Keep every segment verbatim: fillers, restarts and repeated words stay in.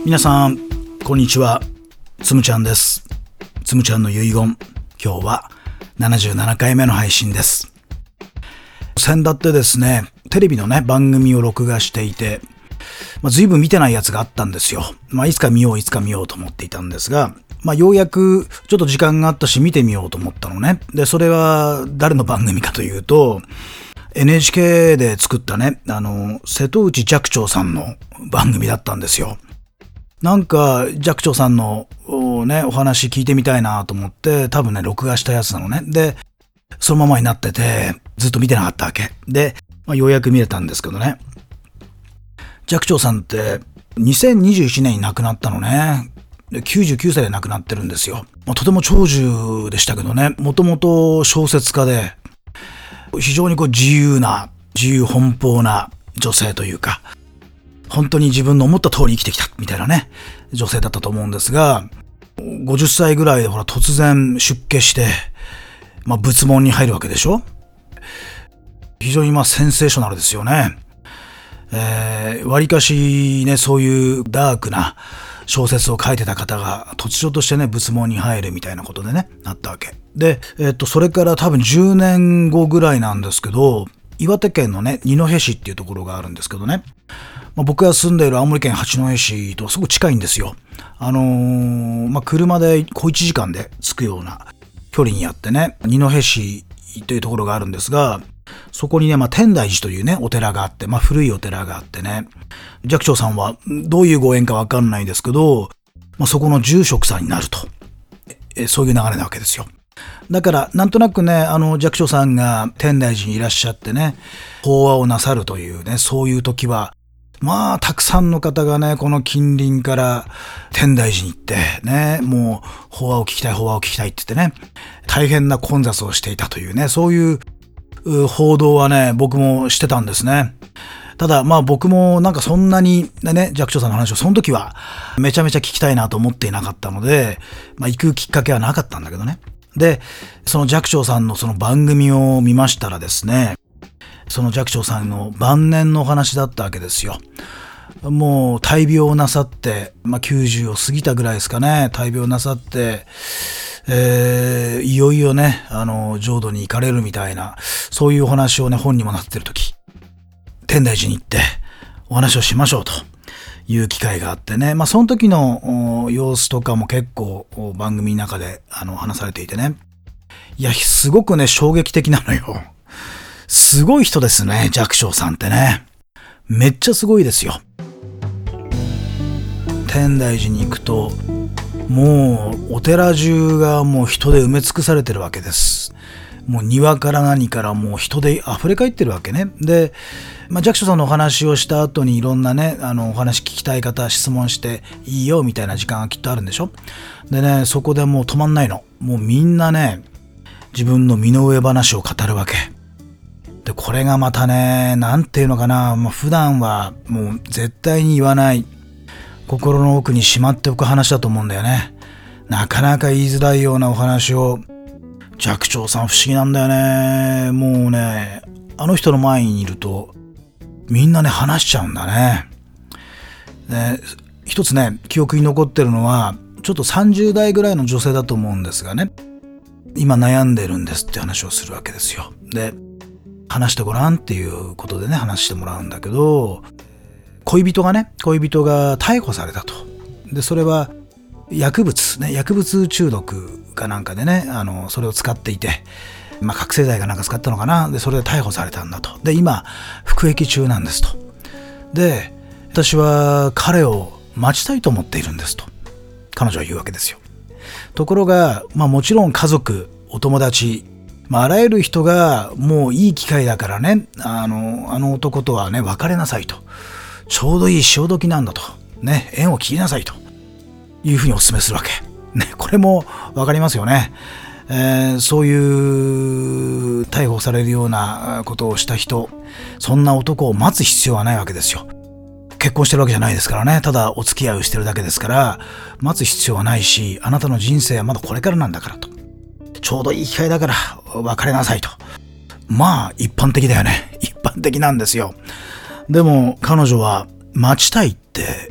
皆さんこんにちは、つむちゃんです。つむちゃんの遺言、今日はななじゅうななかいめの配信です。先だってですね、テレビのね番組を録画していて、まあ、随分見てないやつがあったんですよ。まあ、いつか見よういつか見ようと思っていたんですが、まあ、ようやくちょっと時間があったし見てみようと思ったのね。でそれは誰の番組かというと、エヌエイチケー で作ったね、あの瀬戸内寂聴さんの番組だったんですよ。なんか寂聴さんのねお話聞いてみたいなと思って、多分ね録画したやつなのね。でそのままになっててずっと見てなかったわけで、まあ、ようやく見れたんですけどね。寂聴さんってにせんにじゅういちねんに亡くなったのね。きゅうじゅうきゅうさいで亡くなってるんですよ。まあ、とても長寿でしたけどね、もともと小説家で非常にこう自由な自由奔放な女性というか、本当に自分の思った通り生きてきたみたいなね女性だったと思うんですが、ごじゅっさいぐらいでほら突然出家して、まあ、仏門に入るわけでしょ。非常にまあセンセーショナルですよね。えー、割かしねそういうダークな小説を書いてた方が突如としてね仏門に入るみたいなことでねなったわけで、えっとそれから多分じゅうねんごぐらいなんですけど、岩手県のね二戸市っていうところがあるんですけどね、まあ、僕が住んでいる青森県八戸市とすごく近いんですよ。あのー、まあ車で小いちじかんで着くような距離にあってね、二戸市というところがあるんですが、そこにね、まあ、天台寺というねお寺があって、まあ、古いお寺があってね、寂聴さんはどういうご縁かわかんないですけど、まあ、そこの住職さんになると、えそういう流れなわけですよ。だからなんとなくね、あの寂聴さんが天台寺にいらっしゃってね法話をなさるというね、そういう時はまあたくさんの方がねこの近隣から天台寺に行ってね、もう法話を聞きたい法話を聞きたいって言ってね大変な混雑をしていたというね、そういう報道はね僕もしてたんですね。ただまあ僕もなんかそんなにね寂聴さんの話をその時はめちゃめちゃ聞きたいなと思っていなかったので、まあ行くきっかけはなかったんだけどね。でその寂聴さんのその番組を見ましたらですね、その寂聴さんの晩年のお話だったわけですよ。もう大病をなさって、まあ、きゅうじゅうを過ぎたぐらいですかね、大病なさって、えー、いよいよねあの浄土に行かれるみたいな、そういうお話をね本にもなってる時、天台寺に行ってお話をしましょうという機会があってね、まあその時の様子とかも結構番組の中であの話されていてね、いやすごくね衝撃的なのよ。すごい人ですね、寂聴さんってね。めっちゃすごいですよ。天台寺に行くともうお寺中がもう人で埋め尽くされてるわけです。もう庭から何からもう人で溢れ返ってるわけね。で、まあ、寂聴さんのお話をした後にいろんなねあのお話聞きたい方質問していいよみたいな時間がきっとあるんでしょ。でねそこでもう止まんないの。もうみんなね自分の身の上話を語るわけで、これがまたねなんていうのかな、まあ、普段はもう絶対に言わない心の奥にしまっておく話だと思うんだよね。なかなか言いづらいようなお話を寂聴さん不思議なんだよね。もうねあの人の前にいるとみんなね話しちゃうんだね。で一つね記憶に残ってるのはちょっとさんじゅうだいぐらいの女性だと思うんですがね、今悩んでるんですって話をするわけですよ。で話してごらんっていうことでね話してもらうんだけど、恋人がね恋人が逮捕されたと。でそれは薬物ね薬物中毒かなんかでねあのそれを使っていて、まあ覚醒剤かなんか使ったのかな。でそれで逮捕されたんだと。で今服役中なんですと。で私は彼を待ちたいと思っているんですと彼女は言うわけですよ。ところがまあもちろん家族お友達、まあ、あらゆる人がもういい機会だからねあのあの男とはね別れなさいと、ちょうどいい潮時なんだとね、縁を切りなさいというふうにお勧めするわけね。これもわかりますよね。えー、そういう逮捕されるようなことをした人、そんな男を待つ必要はないわけですよ。結婚してるわけじゃないですからね、ただお付き合いをしてるだけですから待つ必要はないし、あなたの人生はまだこれからなんだからと、ちょうどいい機会だから別れなさいと。まあ一般的だよね。一般的なんですよ。でも彼女は待ちたいって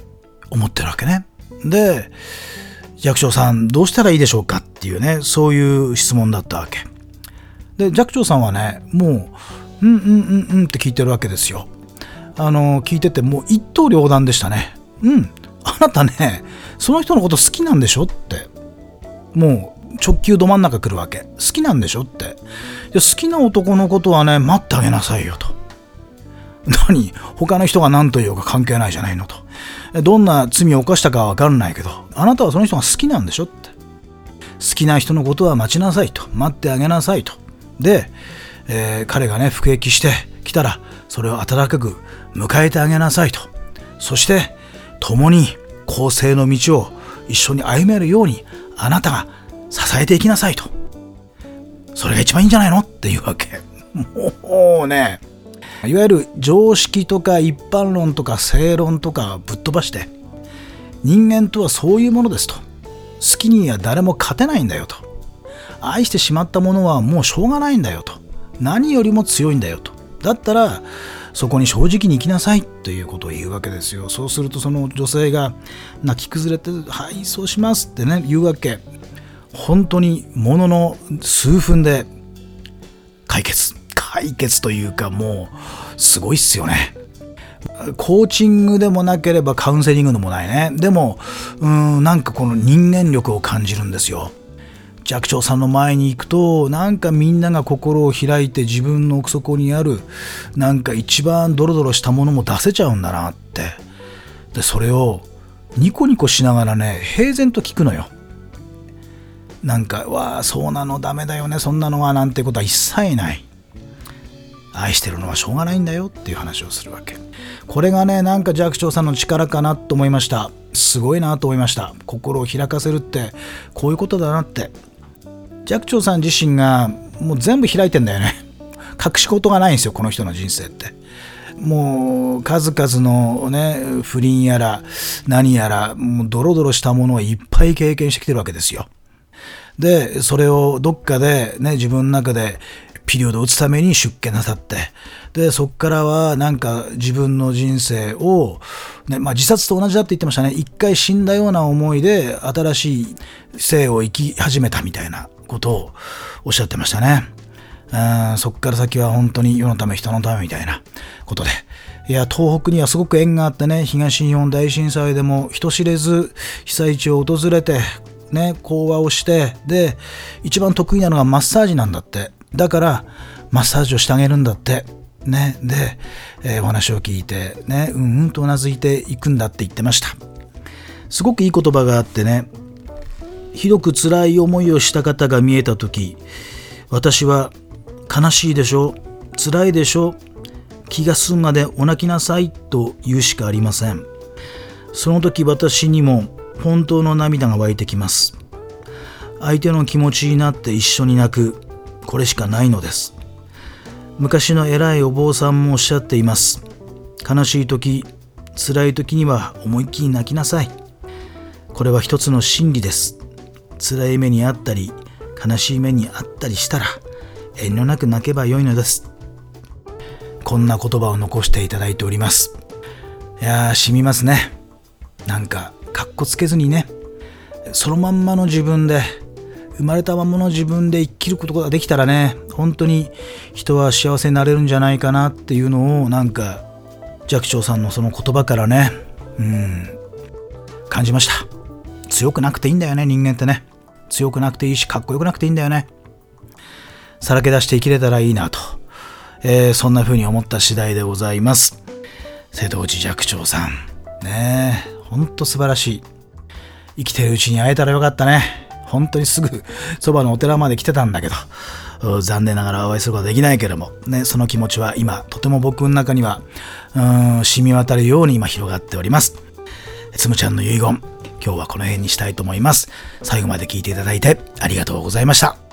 思ってるわけね。で、寂聴さんどうしたらいいでしょうかっていうね、そういう質問だったわけで、寂聴さんはね、もううんうんうんうんって聞いてるわけですよ。あの聞いててもう一刀両断でしたね。うん、あなたね、その人のこと好きなんでしょって、もう直球ど真ん中来るわけ。好きなんでしょって。好きな男のことはね、待ってあげなさいよと。何、他の人が何と言おうか関係ないじゃないのと。どんな罪を犯したかは分からないけど、あなたはその人が好きなんでしょって。好きな人のことは待ちなさいと、待ってあげなさいと。で、えー、彼がね服役してきたら、それを温かく迎えてあげなさいと。そして共に更生の道を一緒に歩めるようにあなたが支えていきなさいと。それが一番いいんじゃないのっていうわけ。もうね、いわゆる常識とか一般論とか正論とかぶっ飛ばして、人間とはそういうものですと。好きには誰も勝てないんだよと。愛してしまったものはもうしょうがないんだよと。何よりも強いんだよと。だったらそこに正直に生きなさいということを言うわけですよ。そうするとその女性が泣き崩れて、はいそうしますってね言うわけ。本当にものの数分で解決解決というか、もうすごいっすよね。コーチングでもなければカウンセリングでもないね。でもうーんなんかこの人間力を感じるんですよ。寂聴さんの前に行くと、なんかみんなが心を開いて自分の奥底にあるなんか一番ドロドロしたものも出せちゃうんだなって。でそれをニコニコしながらね平然と聞くのよ。なんかわあそうなのダメだよねそんなのはなんてことは一切ない。愛してるのはしょうがないんだよっていう話をするわけ。これがねなんか寂聴さんの力かなと思いました。すごいなと思いました。心を開かせるってこういうことだなって。寂聴さん自身がもう全部開いてんだよね。隠し事がないんですよこの人の人生って。もう数々のね不倫やら何やらもうドロドロしたものをいっぱい経験してきてるわけですよ。でそれをどっかでね自分の中でピリオドを打つために出家なさって、でそっからはなんか自分の人生を、ねまあ、自殺と同じだって言ってましたね。一回死んだような思いで新しい生を生き始めたみたいなことをおっしゃってましたね。うんそっから先は本当に世のため人のためみたいなことで、いや東北にはすごく縁があってね、東日本大震災でも人知れず被災地を訪れてね講話をして、で一番得意なのがマッサージなんだって。だからマッサージをしてあげるんだってね。で、えー、お話を聞いてねうんうんとうなずいていくんだって言ってました。すごくいい言葉があってね、ひどく辛い思いをした方が見えたとき、私は悲しいでしょ、辛いでしょ、気が済むまでお泣きなさいと言うしかありません。その時私にも本当の涙が湧いてきます。相手の気持ちになって一緒に泣く、これしかないのです。昔の偉いお坊さんもおっしゃっています。悲しい時、辛い時には思いっきり泣きなさい。これは一つの真理です。辛い目にあったり悲しい目にあったりしたら遠慮なく泣けばよいのです。こんな言葉を残していただいております。いやー染みますね。なんかかっこつけずにね、そのまんまの自分で生まれたままの自分で生きることができたらね、本当に人は幸せになれるんじゃないかなっていうのをなんか寂聴さんのその言葉からねうん感じました。強くなくていいんだよね人間ってね。強くなくていいしかっこよくなくていいんだよね。さらけ出して生きれたらいいなと、えー、そんな風に思った次第でございます。瀬戸内寂聴さんねえほんと素晴らしい。生きてるうちに会えたらよかったね。本当にすぐそばのお寺まで来てたんだけど、残念ながらお会いすることはできないけれども、ね、その気持ちは今とても僕の中にはうーん染み渡るように今広がっております。つむちゃんの遺言、今日はこの辺にしたいと思います。最後まで聞いていただいてありがとうございました。